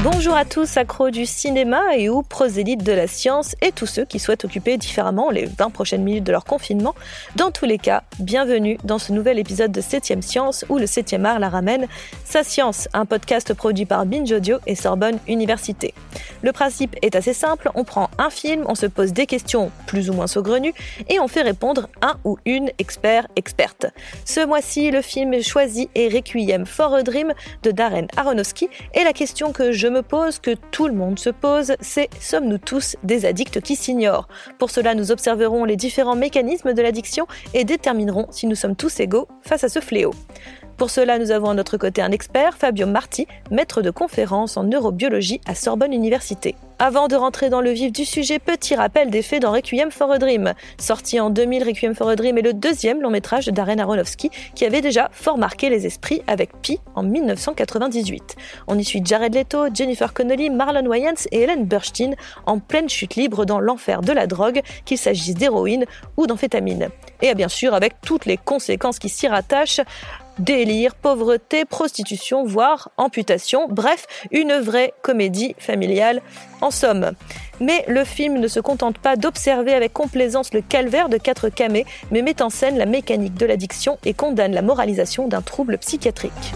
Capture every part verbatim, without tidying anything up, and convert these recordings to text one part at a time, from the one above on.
Bonjour à tous, accros du cinéma et ou prosélytes de la science et tous ceux qui souhaitent occuper différemment les vingt prochaines minutes de leur confinement. Dans tous les cas, bienvenue dans ce nouvel épisode de septième Science où le septième art la ramène. Sa Science, un podcast produit par Binge Audio et Sorbonne Université. Le principe est assez simple, on prend un film, on se pose des questions plus ou moins saugrenues et on fait répondre un ou une expert experte. Ce mois-ci, le film choisi est Requiem for a Dream de Darren Aronofsky et la question que je me pose, que tout le monde se pose, c'est « Sommes-nous tous des addicts qui s'ignorent ?» Pour cela, nous observerons les différents mécanismes de l'addiction et déterminerons si nous sommes tous égaux face à ce fléau. Pour cela, nous avons à notre côté un expert, Fabio Marti, maître de conférence en neurobiologie à Sorbonne Université. Avant de rentrer dans le vif du sujet, petit rappel des faits dans Requiem for a Dream. Sorti en deux mille, Requiem for a Dream est le deuxième long métrage de Darren Aronofsky qui avait déjà fort marqué les esprits avec Pi en dix-neuf cent quatre-vingt-dix-huit. On y suit Jared Leto, Jennifer Connelly, Marlon Wayans et Ellen Burstyn en pleine chute libre dans l'enfer de la drogue, qu'il s'agisse d'héroïne ou d'amphétamine. Et bien sûr avec toutes les conséquences qui s'y rattachent, délire, pauvreté, prostitution, voire amputation, bref, une vraie comédie familiale en somme. Mais le film ne se contente pas d'observer avec complaisance le calvaire de quatre camés, mais met en scène la mécanique de l'addiction et condamne la moralisation d'un trouble psychiatrique.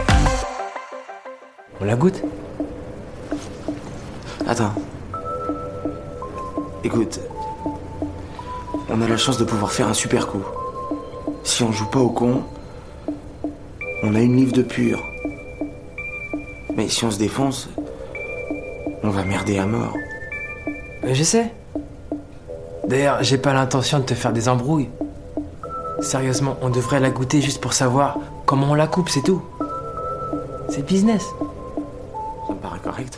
On la goûte ? Attends. Écoute, on a la chance de pouvoir faire un super coup. Si on joue pas au con, on a une livre de pur. Mais si on se défonce, on va merder à mort. Mais je sais. D'ailleurs, j'ai pas l'intention de te faire des embrouilles. Sérieusement, on devrait la goûter juste pour savoir comment on la coupe, c'est tout. C'est business. Ça me paraît correct.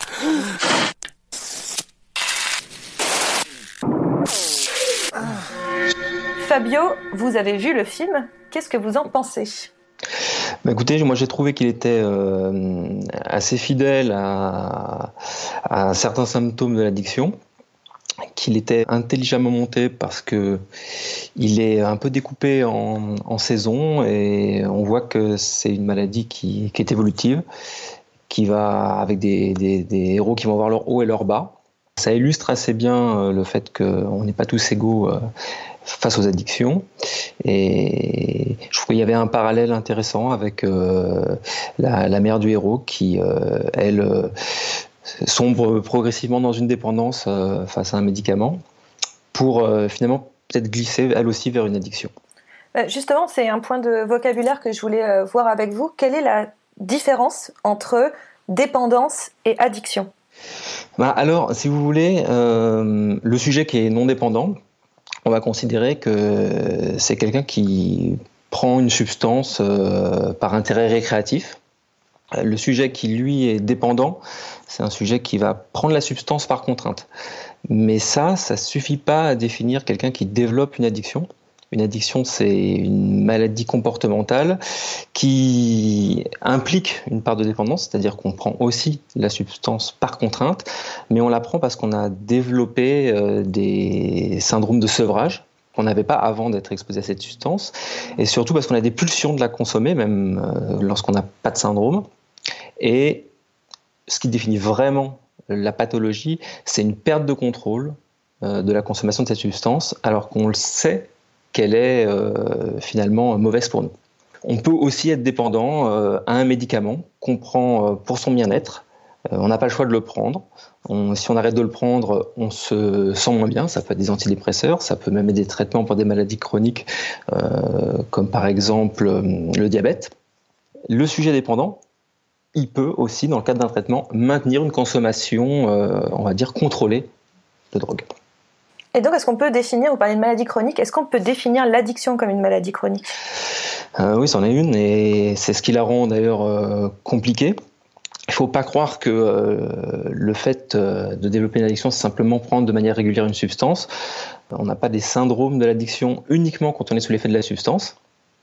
Fabio, vous avez vu le film, qu'est-ce que vous en pensez ? Bah écoutez, moi j'ai trouvé qu'il était euh, assez fidèle à, à certains symptômes de l'addiction, qu'il était intelligemment monté parce que il est un peu découpé en, en saisons et on voit que c'est une maladie qui, qui est évolutive, qui va avec des, des, des héros qui vont avoir leur haut et leur bas. Ça illustre assez bien le fait qu'on n'est pas tous égaux euh, face aux addictions, et je trouve qu'il y avait un parallèle intéressant avec euh, la, la mère du héros qui, euh, elle, euh, sombre progressivement dans une dépendance euh, face à un médicament pour euh, finalement peut-être glisser elle aussi vers une addiction. Justement, c'est un point de vocabulaire que je voulais voir avec vous. Quelle est la différence entre dépendance et addiction ? Bah alors, si vous voulez, euh, le sujet qui est non dépendant, on va considérer que c'est quelqu'un qui prend une substance euh, par intérêt récréatif. Le sujet qui, lui, est dépendant, c'est un sujet qui va prendre la substance par contrainte. Mais ça, ça ne suffit pas à définir quelqu'un qui développe une addiction. Une addiction, c'est une maladie comportementale qui implique une part de dépendance, c'est-à-dire qu'on prend aussi la substance par contrainte, mais on la prend parce qu'on a développé euh, des syndromes de sevrage qu'on n'avait pas avant d'être exposé à cette substance, et surtout parce qu'on a des pulsions de la consommer, même euh, lorsqu'on n'a pas de syndrome. Et ce qui définit vraiment la pathologie, c'est une perte de contrôle euh, de la consommation de cette substance, alors qu'on le sait qu'elle est euh, finalement mauvaise pour nous. On peut aussi être dépendant euh, à un médicament qu'on prend euh, pour son bien-être. Euh, on n'a pas le choix de le prendre. On, si on arrête de le prendre, on se sent moins bien. Ça peut être des antidépresseurs, ça peut même être des traitements pour des maladies chroniques, euh, comme par exemple euh, le diabète. Le sujet dépendant, il peut aussi, dans le cadre d'un traitement, maintenir une consommation, euh, on va dire, contrôlée de drogue. Et donc, est-ce qu'on peut définir, vous parlez de maladie chronique, est-ce qu'on peut définir l'addiction comme une maladie chronique ? euh, Oui, c'en est une, et c'est ce qui la rend d'ailleurs euh, compliquée. Il ne faut pas croire que euh, le fait euh, de développer une addiction, c'est simplement prendre de manière régulière une substance. On n'a pas des syndromes de l'addiction uniquement quand on est sous l'effet de la substance.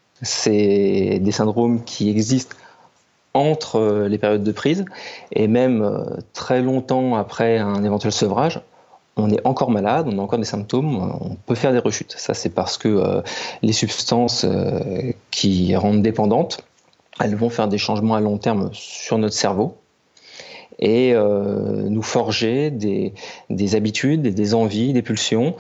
C'est des syndromes qui existent entre les périodes de prise, et même euh, très longtemps après un éventuel sevrage, on est encore malade, on a encore des symptômes, on peut faire des rechutes. Ça, c'est parce que euh, les substances euh, qui rendent dépendantes, elles vont faire des changements à long terme sur notre cerveau. et euh, nous forger des, des habitudes, des envies, des pulsions,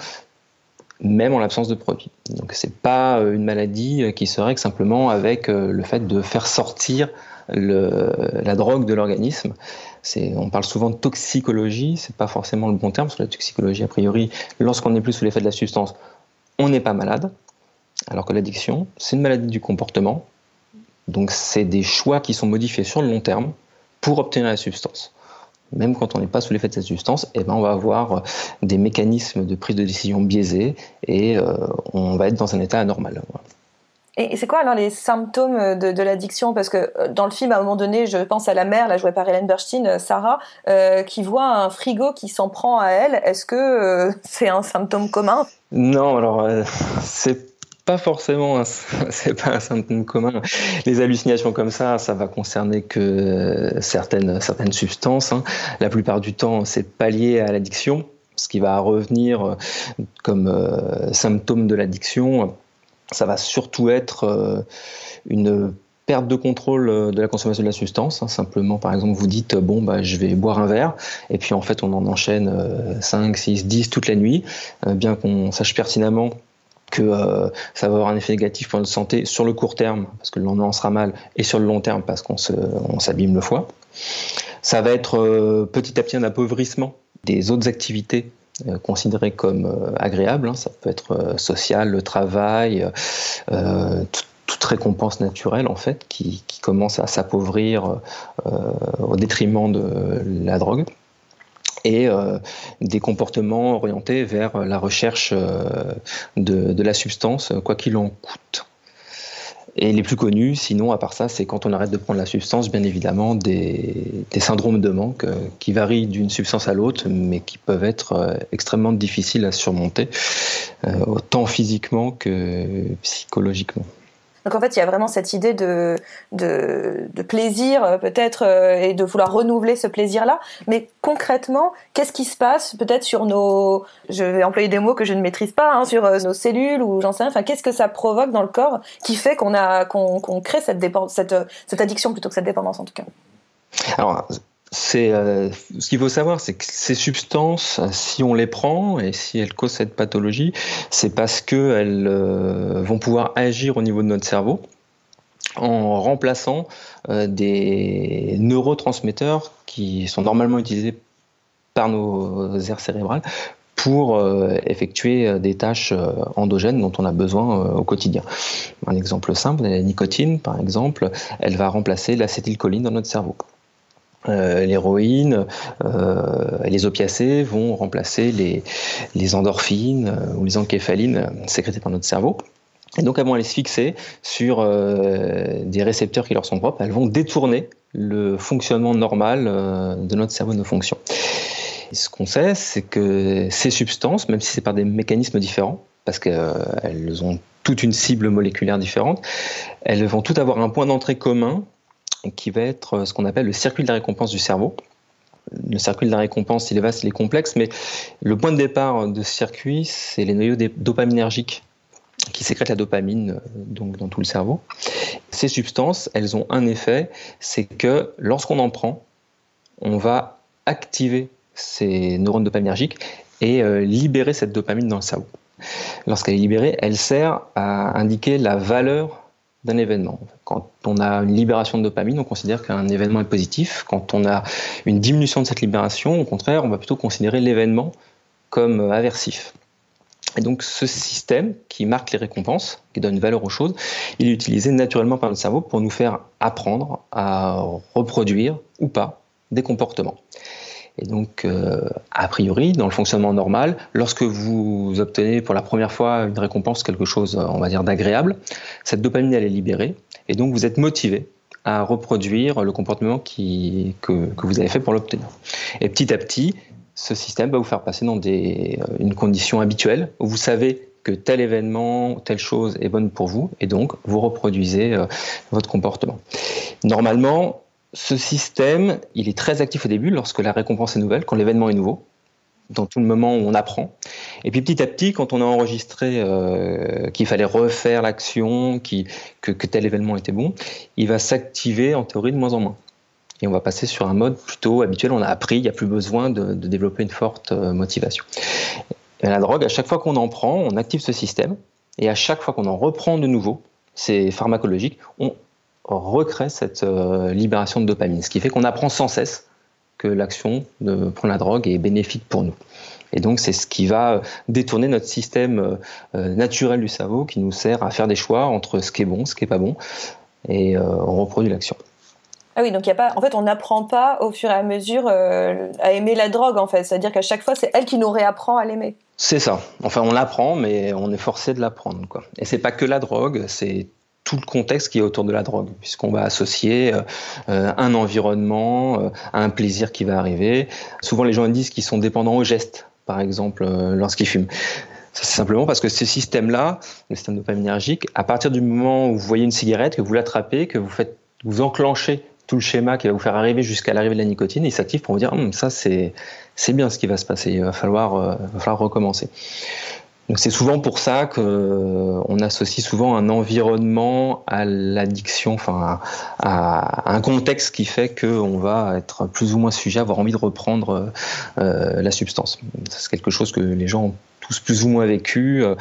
même en l'absence de produit. Donc c'est pas une maladie qui se règle simplement avec le fait de faire sortir le, la drogue de l'organisme. C'est, on parle souvent de toxicologie, c'est pas forcément le bon terme, parce que la toxicologie, a priori, lorsqu'on n'est plus sous l'effet de la substance, on n'est pas malade, alors que l'addiction, c'est une maladie du comportement, donc c'est des choix qui sont modifiés sur le long terme pour obtenir la substance. Même quand on n'est pas sous l'effet de cette substance, eh ben on va avoir des mécanismes de prise de décision biaisés et euh, on va être dans un état anormal. Voilà. Et c'est quoi alors les symptômes de, de l'addiction ? Parce que dans le film, à un moment donné, je pense à la mère, là jouée par Ellen Burstyn, Sarah, euh, qui voit un frigo qui s'en prend à elle. Est-ce que euh, c'est un symptôme commun ? Non, alors euh, c'est pas forcément un, c'est pas un symptôme commun. Les hallucinations comme ça, ça va concerner que certaines certaines substances. Hein. La plupart du temps, c'est pas lié à l'addiction. Ce qui va revenir comme euh, symptôme de l'addiction, ça va surtout être euh, une perte de contrôle de la consommation de la substance. Hein. Simplement, par exemple, vous dites bon bah je vais boire un verre, et puis en fait on en enchaîne euh, cinq, six, dix toute la nuit, euh, bien qu'on sache pertinemment que euh, ça va avoir un effet négatif pour notre santé sur le court terme, parce que le lendemain on sera mal, et sur le long terme, parce qu'on se, on s'abîme le foie. Ça va être euh, petit à petit un appauvrissement des autres activités euh, considérées comme euh, agréables. Hein. Ça peut être euh, social, le travail, euh, tout, toute récompense naturelle en fait, qui, qui commence à s'appauvrir euh, au détriment de la drogue. Et euh, des comportements orientés vers la recherche euh, de, de la substance, quoi qu'il en coûte. Et les plus connus, sinon, à part ça, c'est quand on arrête de prendre la substance, bien évidemment, des, des syndromes de manque euh, qui varient d'une substance à l'autre, mais qui peuvent être euh, extrêmement difficiles à surmonter, euh, autant physiquement que psychologiquement. Donc en fait, il y a vraiment cette idée de, de, de plaisir peut-être euh, et de vouloir renouveler ce plaisir-là. Mais concrètement, qu'est-ce qui se passe peut-être sur nos... Je vais employer des mots que je ne maîtrise pas, hein, sur euh, nos cellules ou j'en sais rien. Enfin, qu'est-ce que ça provoque dans le corps qui fait qu'on, a, qu'on, qu'on crée cette, dépend- cette, cette addiction plutôt que cette dépendance en tout cas ? Alors, c'est, euh, ce qu'il faut savoir, c'est que ces substances, si on les prend et si elles causent cette pathologie, c'est parce qu'elles euh, vont pouvoir agir au niveau de notre cerveau en remplaçant euh, des neurotransmetteurs qui sont normalement utilisés par nos aires cérébrales pour euh, effectuer des tâches euh, endogènes dont on a besoin euh, au quotidien. Un exemple simple, la nicotine, par exemple, elle va remplacer l'acétylcholine dans notre cerveau. Euh, l'héroïne, euh, les opiacés vont remplacer les, les endorphines euh, ou les encéphalines euh, sécrétées par notre cerveau. Et donc elles vont aller se fixer sur euh, des récepteurs qui leur sont propres. Elles vont détourner le fonctionnement normal euh, de notre cerveau, de nos fonctions. Et ce qu'on sait, c'est que ces substances, même si c'est par des mécanismes différents, parce qu'elles euh, ont toute une cible moléculaire différente, elles vont toutes avoir un point d'entrée commun qui va être ce qu'on appelle le circuit de la récompense du cerveau. Le circuit de la récompense, il est vaste, il est complexe, mais le point de départ de ce circuit, c'est les noyaux dopaminergiques qui sécrètent la dopamine donc dans tout le cerveau. Ces substances, elles ont un effet, c'est que lorsqu'on en prend, on va activer ces neurones dopaminergiques et euh, libérer cette dopamine dans le cerveau. Lorsqu'elle est libérée, elle sert à indiquer la valeur d'un événement. Quand on a une libération de dopamine, on considère qu'un événement est positif. Quand on a une diminution de cette libération, au contraire, on va plutôt considérer l'événement comme aversif. Et donc ce système qui marque les récompenses, qui donne valeur aux choses, il est utilisé naturellement par notre cerveau pour nous faire apprendre à reproduire ou pas des comportements. Et donc, euh, a priori, dans le fonctionnement normal, lorsque vous obtenez pour la première fois une récompense, quelque chose, on va dire, d'agréable, cette dopamine, elle est libérée, et donc vous êtes motivé à reproduire le comportement qui, que, que vous avez fait pour l'obtenir. Et petit à petit, ce système va vous faire passer dans des, une condition habituelle, où vous savez que tel événement, telle chose est bonne pour vous, et donc vous reproduisez euh, votre comportement. Normalement, ce système, il est très actif au début lorsque la récompense est nouvelle, quand l'événement est nouveau, dans tout le moment où on apprend. Et puis petit à petit, quand on a enregistré euh, qu'il fallait refaire l'action, qui, que, que tel événement était bon, il va s'activer en théorie de moins en moins. et on va passer sur un mode plutôt habituel. On a appris, il n'y a plus besoin de, de développer une forte euh, motivation. Et la drogue, à chaque fois qu'on en prend, on active ce système, et à chaque fois qu'on en reprend de nouveau, c'est pharmacologique, on recrée cette euh, libération de dopamine, ce qui fait qu'on apprend sans cesse que l'action de prendre la drogue est bénéfique pour nous. Et donc c'est ce qui va détourner notre système euh, naturel du cerveau qui nous sert à faire des choix entre ce qui est bon, ce qui n'est pas bon, et euh, on reproduit l'action. Ah oui, donc y a pas, en fait, on n'apprend pas au fur et à mesure euh, à aimer la drogue, en fait. C'est-à-dire qu'à chaque fois, c'est elle qui nous réapprend à l'aimer. C'est ça. Enfin, on l'apprend, mais on est forcé de l'apprendre, quoi. Et c'est pas que la drogue, c'est tout le contexte qui est autour de la drogue, puisqu'on va associer euh, un environnement euh, à un plaisir qui va arriver. Souvent, les gens disent qu'ils sont dépendants au geste, par exemple, euh, lorsqu'ils fument. Ça, c'est simplement parce que ce système-là, le système dopaminergique, à partir du moment où vous voyez une cigarette, que vous l'attrapez, que vous faites, vous enclenchez tout le schéma qui va vous faire arriver jusqu'à l'arrivée de la nicotine, il s'active pour vous dire hm, ça c'est c'est bien ce qui va se passer, il va falloir euh, va falloir recommencer. Donc c'est souvent pour ça que euh, on associe souvent un environnement à l'addiction, enfin à, à un contexte qui fait que on va être plus ou moins sujet à avoir envie de reprendre euh, la substance. C'est quelque chose que les gens ont tous plus ou moins vécu, euh,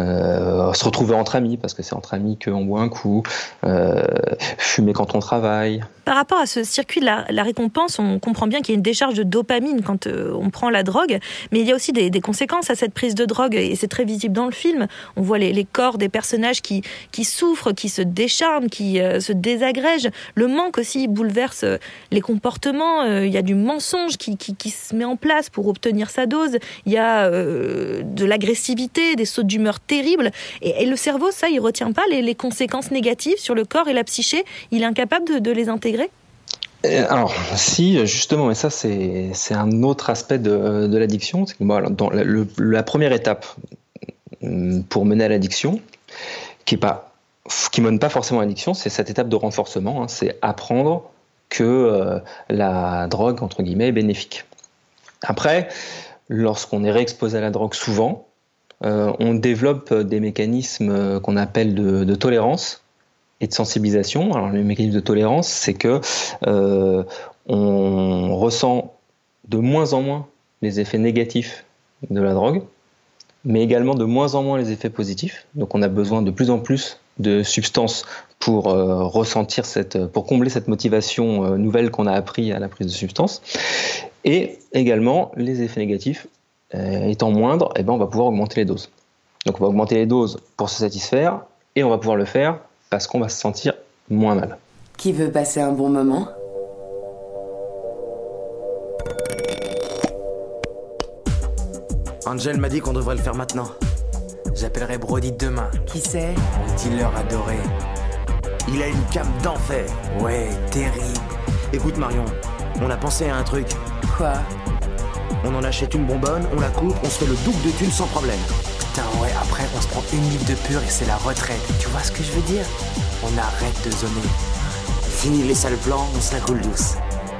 euh, se retrouver entre amis, parce que c'est entre amis qu'on boit un coup, euh, fumer quand on travaille. Par rapport à ce circuit de la, la récompense, on comprend bien qu'il y a une décharge de dopamine quand euh, on prend la drogue, mais il y a aussi des, des conséquences à cette prise de drogue, et c'est très visible dans le film. On voit les, les corps des personnages qui, qui souffrent, qui se décharnent, qui euh, se désagrègent. Le manque aussi bouleverse euh, les comportements. Euh, il y a du mensonge qui, qui, qui se met en place pour obtenir sa dose. Il y a euh, de l'agressivité, des sautes d'humeur terribles. Et, et le cerveau, ça, il retient pas les, les conséquences négatives sur le corps et la psyché. Il est incapable de, de les intégrer. Alors, si, justement, mais ça, c'est, c'est un autre aspect de, de l'addiction. C'est que, bon, alors, dans la, le, la première étape pour mener à l'addiction, qui est pas, qui mène pas forcément à l'addiction, c'est cette étape de renforcement. Hein, c'est apprendre que euh, la drogue, entre guillemets, est bénéfique. Après, lorsqu'on est réexposé à la drogue souvent, euh, on développe des mécanismes qu'on appelle de, de tolérance et de sensibilisation. Alors, le mécanisme de tolérance, c'est que euh, on ressent de moins en moins les effets négatifs de la drogue, mais également de moins en moins les effets positifs. Donc, on a besoin de plus en plus de substances pour euh, ressentir cette, pour combler cette motivation euh, nouvelle qu'on a appris à la prise de substances. Et également, les effets négatifs euh, étant moindres, eh ben, on va pouvoir augmenter les doses. Donc, on va augmenter les doses pour se satisfaire, et on va pouvoir le faire parce qu'on va se sentir moins mal. Qui veut passer un bon moment ? Angel m'a dit qu'on devrait le faire maintenant. J'appellerai Brody demain. Qui c'est ? Mon dealer adoré. Il a une cam d'enfer. Ouais, terrible. Écoute Marion, on a pensé à un truc. Quoi ? On en achète une bonbonne, on la coupe, on se fait le double de thunes sans problème. Putain ouais, après on se prend une livre de pur et c'est la retraite. Tu vois ce que je veux dire ? On arrête de zoner. Fini les sales plans, on se la coule douce.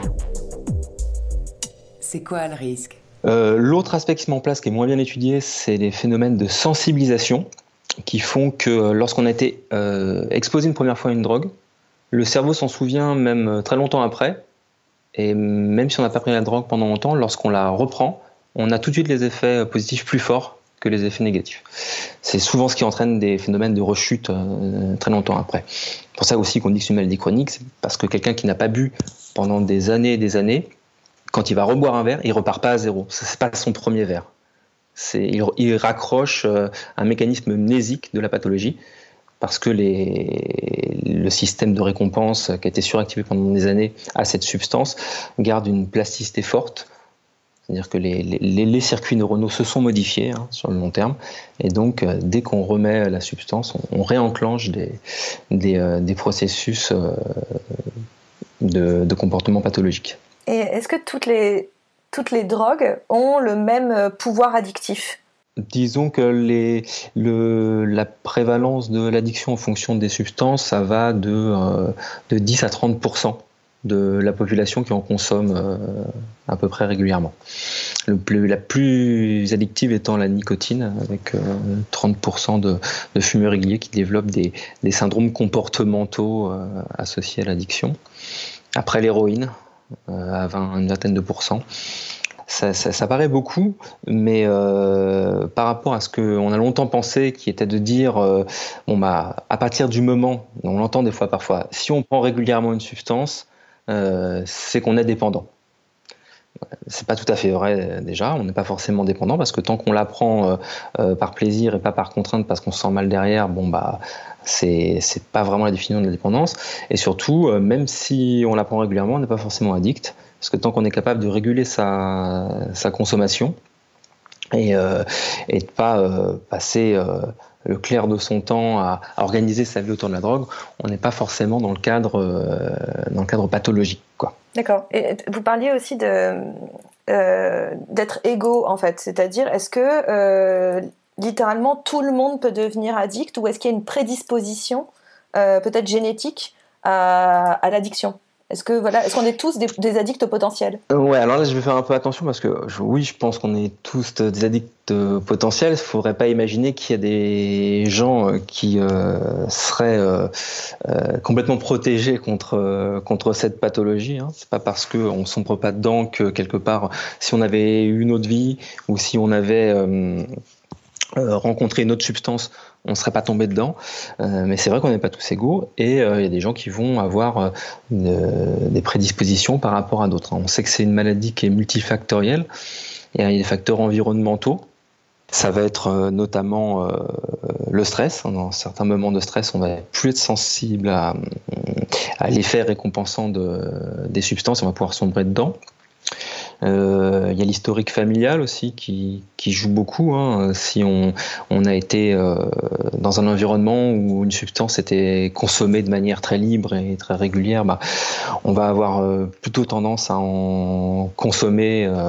C'est quoi le risque ? Euh, l'autre aspect qui se met en place, qui est moins bien étudié, c'est les phénomènes de sensibilisation qui font que lorsqu'on a été euh, exposé une première fois à une drogue, le cerveau s'en souvient même très longtemps après, et même si on n'a pas pris la drogue pendant longtemps, lorsqu'on la reprend, on a tout de suite les effets positifs plus forts que les effets négatifs. C'est souvent ce qui entraîne des phénomènes de rechute euh, très longtemps après. C'est pour ça aussi qu'on dit que c'est une maladie chronique, c'est parce que quelqu'un qui n'a pas bu pendant des années et des années, quand il va reboire un verre, il repart pas à zéro. Ce n'est pas son premier verre. C'est, il, il raccroche euh, un mécanisme mnésique de la pathologie parce que les, le système de récompense qui a été suractivé pendant des années à cette substance garde une plasticité forte. C'est-à-dire que les, les, les circuits neuronaux se sont modifiés hein, sur le long terme. Et donc, euh, dès qu'on remet la substance, on, on réenclenche des, des, euh, des processus euh, de, de comportement pathologique. Et est-ce que toutes les, toutes les drogues ont le même pouvoir addictif ? Disons que les, le, la prévalence de l'addiction en fonction des substances, ça va de, euh, de dix à trente pour cent de la population qui en consomme euh, à peu près régulièrement. Le plus, la plus addictive étant la nicotine, avec euh, trente pour cent de, de fumeurs réguliers qui développent des, des syndromes comportementaux euh, associés à l'addiction. après l'héroïne, euh, à vingt, une vingtaine de pourcents. Ça, ça, ça paraît beaucoup, mais euh, par rapport à ce qu'on a longtemps pensé, qui était de dire, euh, bon bah, à partir du moment, on l'entend des fois parfois, si on prend régulièrement une substance, euh, c'est qu'on est dépendant. C'est pas tout à fait vrai déjà, on n'est pas forcément dépendant parce que tant qu'on la prend euh, euh, par plaisir et pas par contrainte parce qu'on se sent mal derrière, bon bah c'est c'est pas vraiment la définition de la dépendance. Et surtout, euh, même si on la prend régulièrement, on n'est pas forcément addict parce que tant qu'on est capable de réguler sa sa consommation et euh, et de pas euh, passer euh, le clair de son temps à, à organiser sa vie autour de la drogue, on n'est pas forcément dans le cadre euh, dans le cadre pathologique, quoi. D'accord. Et vous parliez aussi de, euh, d'être égaux, en fait. C'est-à-dire, est-ce que, euh, littéralement, tout le monde peut devenir addict ou est-ce qu'il y a une prédisposition, euh, peut-être génétique, à, à l'addiction ? Est-ce que, voilà, est-ce qu'on est tous des, des addicts potentiels ? Ouais, alors là, je vais faire un peu attention parce que je, oui, je pense qu'on est tous des addicts potentiels. Il ne faudrait pas imaginer qu'il y a des gens qui euh, seraient euh, euh, complètement protégés contre, euh, contre cette pathologie. Hein. C'est pas parce qu'on ne sombre pas dedans que quelque part, si on avait eu une autre vie ou si on avait euh, euh, rencontré une autre substance, on ne serait pas tombé dedans, euh, mais c'est vrai qu'on n'est pas tous égaux et il euh, y a des gens qui vont avoir euh, une, des prédispositions par rapport à d'autres. On sait que c'est une maladie qui est multifactorielle, il y a des facteurs environnementaux, ça va être euh, notamment euh, le stress. Dans certains moments de stress, on va plus être sensible à, à l'effet récompensant de, des substances, on va pouvoir sombrer dedans. Il euh, y a l'historique familial aussi qui, qui joue beaucoup. Hein. Si on, on a été euh, dans un environnement où une substance était consommée de manière très libre et très régulière, bah, on va avoir euh, plutôt tendance à en consommer euh,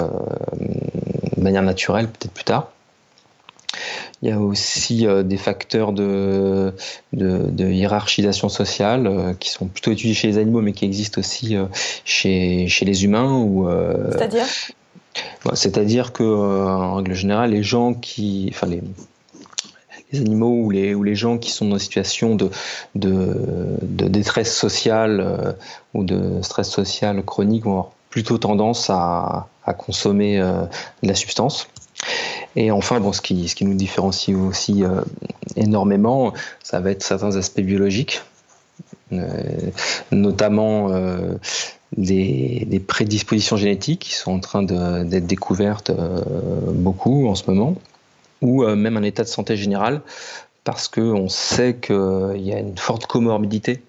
de manière naturelle peut-être plus tard. Il y a aussi euh, des facteurs de, de, de hiérarchisation sociale euh, qui sont plutôt étudiés chez les animaux, mais qui existent aussi euh, chez, chez les humains. Où, euh, C'est-à-dire bah, C'est-à-dire que, euh, en règle générale, les gens qui, enfin les, les animaux ou les, ou les gens qui sont dans une situation de, de, de détresse sociale euh, ou de stress social chronique vont avoir plutôt tendance à, à consommer euh, de la substance. Et enfin, bon, ce qui, ce qui nous différencie aussi euh, énormément, ça va être certains aspects biologiques, euh, notamment euh, des, des prédispositions génétiques qui sont en train de, d'être découvertes euh, beaucoup en ce moment, ou euh, même un état de santé général, parce qu'on sait qu'il y a une forte comorbidité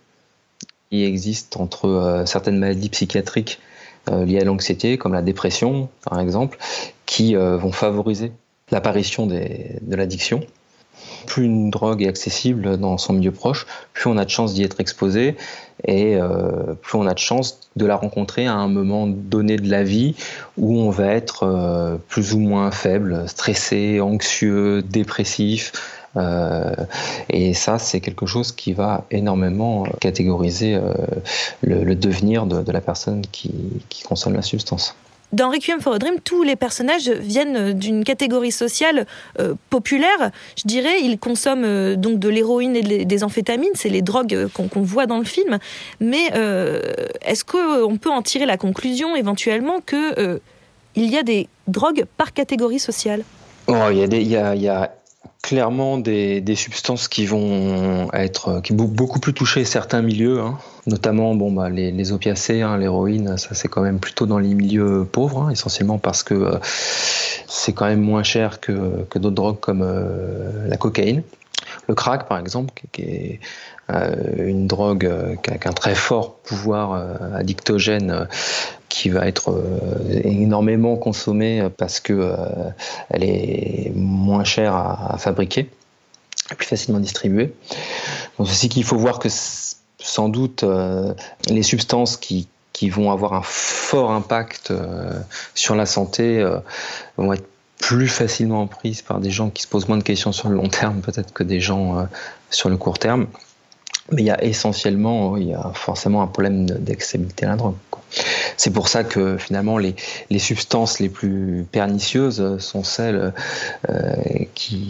qui existe entre euh, certaines maladies psychiatriques euh, liées à l'anxiété, comme la dépression par exemple, qui euh, vont favoriser l'apparition des, de l'addiction. Plus une drogue est accessible dans son milieu proche, plus on a de chances d'y être exposé et euh, plus on a de chances de la rencontrer à un moment donné de la vie où on va être euh, plus ou moins faible, stressé, anxieux, dépressif. Euh, et ça, c'est quelque chose qui va énormément catégoriser euh, le, le devenir de, de la personne qui, qui consomme la substance. Dans Requiem for a Dream, tous les personnages viennent d'une catégorie sociale euh, populaire. Je dirais, ils consomment euh, donc de l'héroïne et de, des amphétamines, c'est les drogues euh, qu'on, qu'on voit dans le film. Mais euh, est-ce qu'on peut en tirer la conclusion éventuellement qu'il euh, y a des drogues par catégorie sociale ? Oh, il y a des, il y a, il y a clairement des, des substances qui vont être qui vont beaucoup plus toucher certains milieux, hein. Notamment bon, bah, les, les opiacés, hein, l'héroïne, ça c'est quand même plutôt dans les milieux pauvres, hein, essentiellement parce que euh, c'est quand même moins cher que, que d'autres drogues comme euh, la cocaïne. Le crack, par exemple, qui, qui est euh, une drogue euh, qui a un très fort pouvoir euh, addictogène, euh, qui va être euh, énormément consommée parce que euh, elle est moins chère à, à fabriquer, et plus facilement distribuée. Donc c'est qu'il faut voir que sans doute euh, les substances qui qui vont avoir un fort impact euh, sur la santé euh, vont être plus facilement prises par des gens qui se posent moins de questions sur le long terme peut-être que des gens euh, sur le court terme. Mais il y a essentiellement, il y a forcément un problème d'accessibilité à la drogue, quoi. C'est pour ça que finalement les, les substances les plus pernicieuses sont celles euh, qui, qui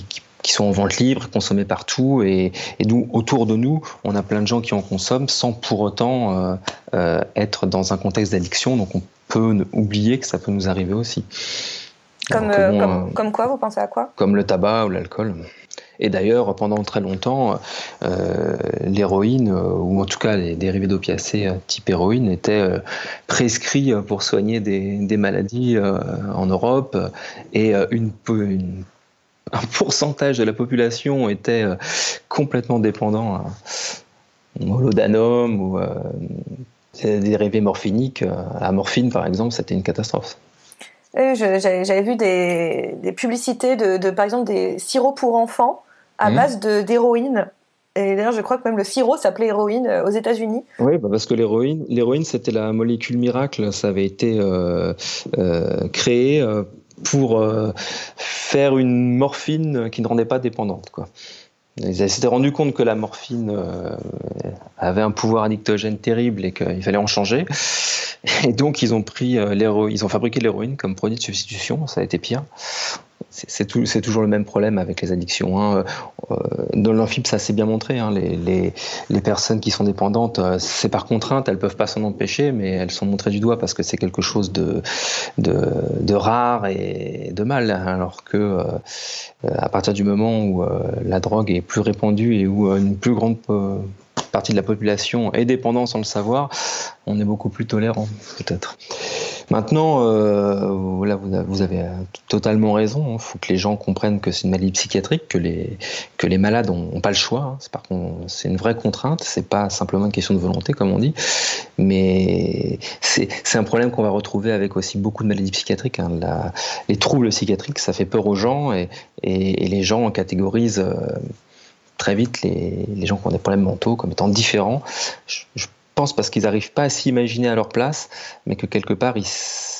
qui sont en vente libre, consommées partout, et, et nous, autour de nous, on a plein de gens qui en consomment sans pour autant euh, euh, être dans un contexte d'addiction, donc on peut oublier que ça peut nous arriver aussi. Comme, Alors, euh, bon, comme, euh, comme quoi, vous pensez à quoi ? Comme le tabac ou l'alcool. Et d'ailleurs, pendant très longtemps, euh, l'héroïne, euh, ou en tout cas les dérivés d'opiacés euh, type héroïne, étaient euh, prescrits pour soigner des, des maladies euh, en Europe, et euh, une, une, un pourcentage de la population était euh, complètement dépendant à, au laudanum ou euh, des dérivés morphiniques. La morphine, par exemple, c'était une catastrophe. Oui, je, j'avais, j'avais vu des, des publicités de, de, par exemple, des sirops pour enfants à mmh. base de, d'héroïne. Et d'ailleurs, je crois que même le sirop s'appelait héroïne aux États-Unis. Oui, bah parce que l'héroïne, l'héroïne, c'était la molécule miracle. Ça avait été euh, euh, créé euh, pour euh, faire une morphine qui ne rendait pas dépendante, quoi. Ils s'étaient rendu compte que la morphine euh, avait un pouvoir addictogène terrible et qu'il fallait en changer. Et donc, ils ont pris euh, l'héroïne, ils ont fabriqué l'héroïne comme produit de substitution. Ça a été pire. C'est, c'est, tout, c'est toujours le même problème avec les addictions, hein. Euh, dans l'amphib, ça s'est bien montré, hein. les, les, les personnes qui sont dépendantes, euh, c'est par contrainte, elles peuvent pas s'en empêcher, mais elles sont montrées du doigt parce que c'est quelque chose de, de, de rare et de mal, alors que euh, à partir du moment où euh, la drogue est plus répandue et où euh, une plus grande euh, partie de la population est dépendante sans le savoir, on est beaucoup plus tolérant, peut-être. Maintenant, euh, là, vous avez totalement raison. Il faut que les gens comprennent que c'est une maladie psychiatrique, que les, que les malades n'ont pas le choix. Hein. C'est, par contre, c'est une vraie contrainte. C'est pas simplement une question de volonté, comme on dit. Mais c'est, c'est un problème qu'on va retrouver avec aussi beaucoup de maladies psychiatriques. Hein. La, les troubles psychiatriques, ça fait peur aux gens et, et, et les gens catégorisent euh, très vite les, les gens qui ont des problèmes mentaux comme étant différents. Je, je pense parce qu'ils n'arrivent pas à s'imaginer à leur place, mais que quelque part, ils,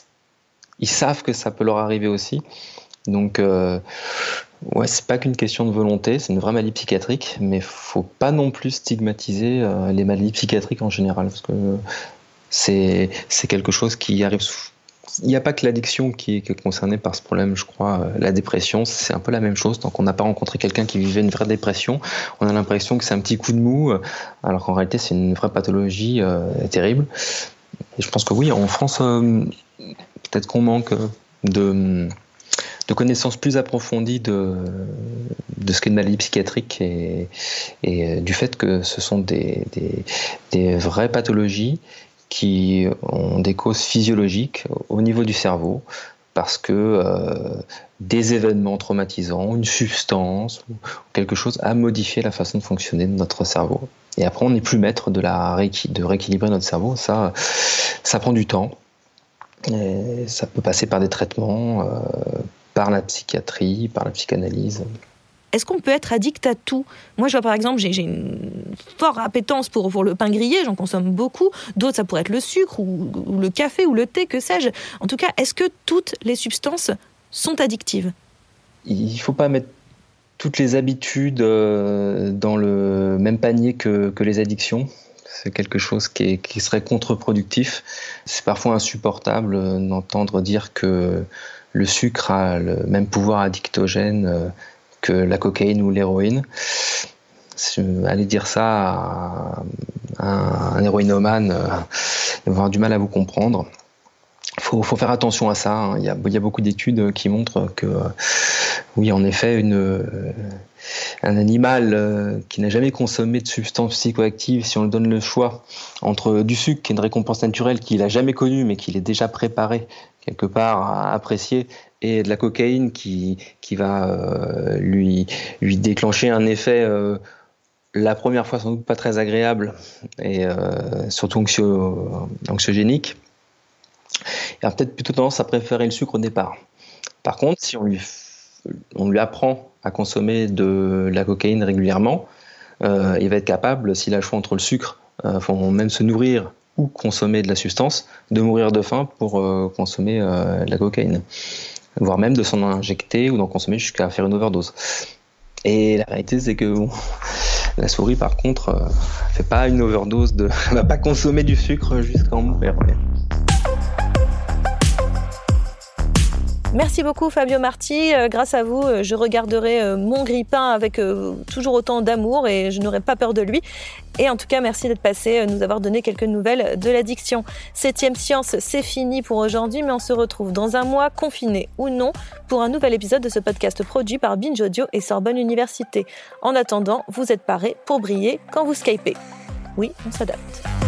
ils savent que ça peut leur arriver aussi. Donc, euh, ouais, c'est pas qu'une question de volonté, c'est une vraie maladie psychiatrique, mais il faut pas non plus stigmatiser euh, les maladies psychiatriques en général, parce que c'est, c'est quelque chose qui arrive sous... Il n'y a pas que l'addiction qui est, qui est concernée par ce problème, je crois. La dépression, c'est un peu la même chose. Tant qu'on n'a pas rencontré quelqu'un qui vivait une vraie dépression, on a l'impression que c'est un petit coup de mou, alors qu'en réalité, c'est une vraie pathologie euh, terrible. Et je pense que oui, en France, euh, peut-être qu'on manque de, de connaissances plus approfondies de, de ce qu'est une maladie psychiatrique et, et du fait que ce sont des, des, des vraies pathologies qui ont des causes physiologiques au niveau du cerveau, parce que euh, des événements traumatisants, une substance ou quelque chose a modifié la façon de fonctionner de notre cerveau. Et après, on n'est plus maître de, la rééqu- de rééquilibrer notre cerveau. Ça, ça prend du temps. Et ça peut passer par des traitements, euh, par la psychiatrie, par la psychanalyse. Est-ce qu'on peut être addict à tout ? Moi, je vois par exemple, j'ai, j'ai une forte appétence pour, pour le pain grillé, j'en consomme beaucoup. D'autres, ça pourrait être le sucre ou, ou le café ou le thé, que sais-je. En tout cas, est-ce que toutes les substances sont addictives ? Il ne faut pas mettre toutes les habitudes dans le même panier que, que les addictions. C'est quelque chose qui, est, qui serait contre-productif. C'est parfois insupportable d'entendre dire que le sucre a le même pouvoir addictogène que la cocaïne ou l'héroïne. Aller dire ça à un, un héroïnomane, euh, il va avoir du mal à vous comprendre. Il faut, faut faire attention à ça. Hein. Il y a, il y a beaucoup d'études qui montrent que, euh, oui, en effet, une, euh, un animal euh, qui n'a jamais consommé de substances psychoactives, si on lui donne le choix entre du sucre, qui est une récompense naturelle qu'il n'a jamais connue, mais qu'il est déjà préparé quelque part à apprécier, et de la cocaïne qui, qui va euh, lui, lui déclencher un effet euh, la première fois sans doute pas très agréable et euh, surtout anxio, anxiogénique. Il a peut-être plutôt tendance à préférer le sucre au départ. Par contre, si on lui, on lui apprend à consommer de la cocaïne régulièrement, euh, il va être capable, s'il a le choix entre le sucre, euh, faut même se nourrir ou consommer de la substance, de mourir de faim pour euh, consommer euh, de la cocaïne, voire même de s'en injecter ou d'en consommer jusqu'à faire une overdose. Et la réalité, c'est que bon, la souris, par contre, euh, fait pas une overdose, de, elle va pas consommer du sucre jusqu'à en mourir. Ouais. Merci beaucoup Fabio Marti. Euh, grâce à vous, euh, je regarderai euh, mon grille-pain avec euh, toujours autant d'amour et je n'aurai pas peur de lui. Et en tout cas, merci d'être passé, euh, nous avoir donné quelques nouvelles de l'addiction. Septième Science, c'est fini pour aujourd'hui, mais on se retrouve dans un mois, confiné ou non, pour un nouvel épisode de ce podcast produit par Binge Audio et Sorbonne Université. En attendant, vous êtes parés pour briller quand vous skypez. Oui, on s'adapte.